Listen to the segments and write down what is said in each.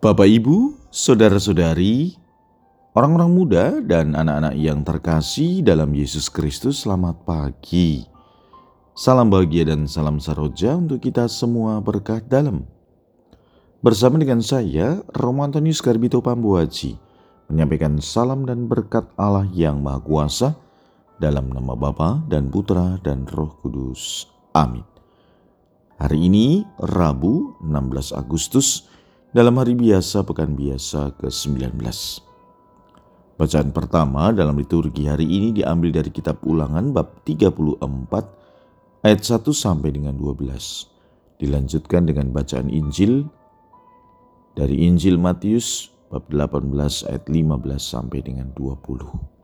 Bapak, Ibu, saudara-saudari, orang-orang muda dan anak-anak yang terkasih dalam Yesus Kristus, selamat pagi. Salam bahagia dan salam saroja untuk kita semua berkah dalam. Bersama dengan saya, Romo Antonius Garbito Pambuaji, menyampaikan salam dan berkat Allah yang Maha Kuasa dalam nama Bapa dan Putra dan Roh Kudus. Amin. Hari ini Rabu 16 Agustus dalam hari biasa pekan biasa ke-19. Bacaan pertama dalam liturgi hari ini diambil dari kitab Ulangan bab 34 ayat 1 sampai dengan 12. Dilanjutkan dengan bacaan Injil dari Injil Matius bab 18 ayat 15 sampai dengan 20.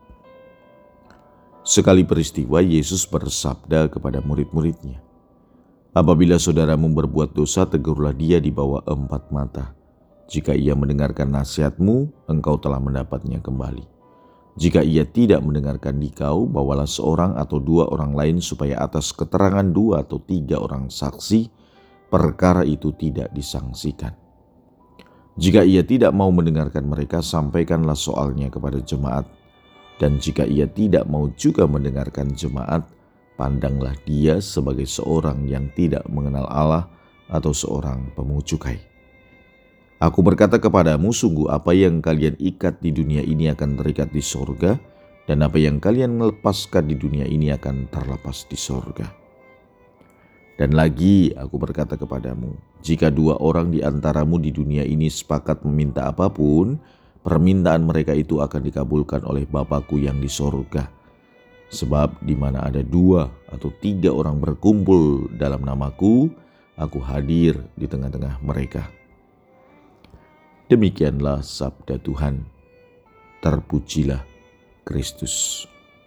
Sekali peristiwa Yesus bersabda kepada murid-muridnya, "Apabila saudaramu berbuat dosa, tegurlah dia di bawah 4 mata. Jika ia mendengarkan nasihatmu, engkau telah mendapatnya kembali. Jika ia tidak mendengarkan dikau, bawalah seorang atau 2 orang lain supaya atas keterangan 2 atau 3 orang saksi, perkara itu tidak disangsikan. Jika ia tidak mau mendengarkan mereka, sampaikanlah soalnya kepada jemaat. Dan jika ia tidak mau juga mendengarkan jemaat, pandanglah dia sebagai seorang yang tidak mengenal Allah atau seorang pemungut cukai. Aku berkata kepadamu, sungguh apa yang kalian ikat di dunia ini akan terikat di sorga, dan apa yang kalian melepaskan di dunia ini akan terlepas di sorga. Dan lagi aku berkata kepadamu, jika 2 orang di antaramu di dunia ini sepakat meminta apapun, permintaan mereka itu akan dikabulkan oleh Bapa-Ku yang di sorga. Sebab di mana ada 2 atau 3 orang berkumpul dalam namaku, aku hadir di tengah-tengah mereka." Demikianlah sabda Tuhan. Terpujilah Kristus.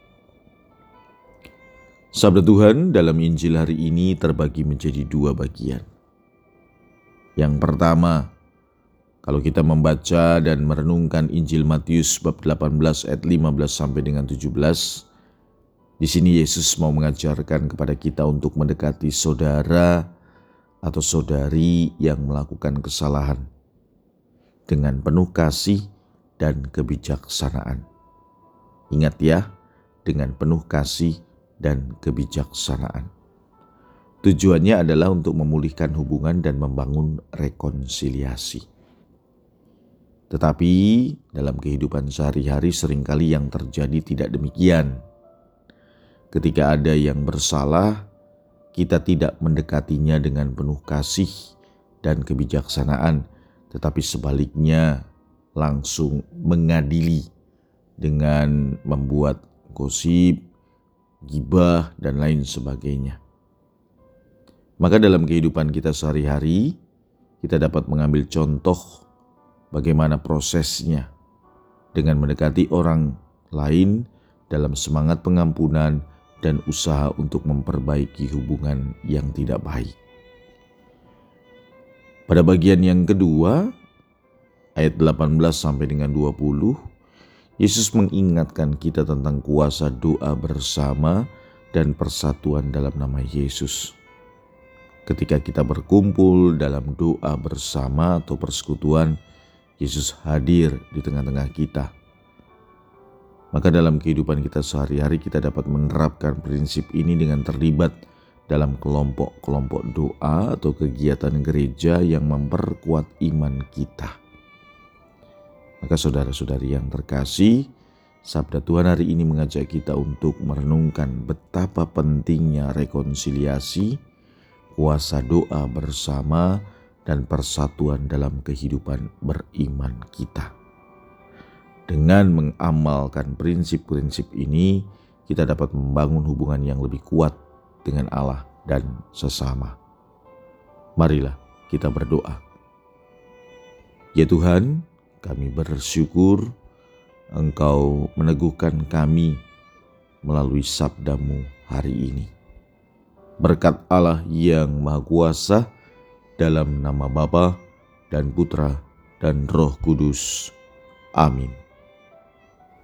Sabda Tuhan dalam Injil hari ini terbagi menjadi 2 bagian. Yang pertama, kalau kita membaca dan merenungkan Injil Matius bab 18 ayat 15 sampai dengan 17, di sini Yesus mau mengajarkan kepada kita untuk mendekati saudara atau saudari yang melakukan kesalahan dengan penuh kasih dan kebijaksanaan. Ingat ya, dengan penuh kasih dan kebijaksanaan. Tujuannya adalah untuk memulihkan hubungan dan membangun rekonsiliasi. Tetapi dalam kehidupan sehari-hari seringkali yang terjadi tidak demikian. Ketika ada yang bersalah, kita tidak mendekatinya dengan penuh kasih dan kebijaksanaan, tetapi sebaliknya langsung mengadili dengan membuat gosip, gibah, dan lain sebagainya. Maka dalam kehidupan kita sehari-hari, kita dapat mengambil contoh bagaimana prosesnya dengan mendekati orang lain dalam semangat pengampunan dan usaha untuk memperbaiki hubungan yang tidak baik. Pada bagian yang kedua, ayat 18 sampai dengan 20, Yesus mengingatkan kita tentang kuasa doa bersama dan persatuan dalam nama Yesus. Ketika kita berkumpul dalam doa bersama atau persekutuan, Yesus hadir di tengah-tengah kita. Maka dalam kehidupan kita sehari-hari kita dapat menerapkan prinsip ini dengan terlibat dalam kelompok-kelompok doa atau kegiatan gereja yang memperkuat iman kita. Maka saudara-saudari yang terkasih, sabda Tuhan hari ini mengajak kita untuk merenungkan betapa pentingnya rekonsiliasi, kuasa doa bersama, dan persatuan dalam kehidupan beriman kita. Dengan mengamalkan prinsip-prinsip ini, kita dapat membangun hubungan yang lebih kuat dengan Allah dan sesama. Marilah kita berdoa. Ya Tuhan, kami bersyukur Engkau meneguhkan kami melalui sabda-Mu hari ini. Berkat Allah yang Maha Kuasa, dalam nama Bapa dan Putra dan Roh Kudus. Amin.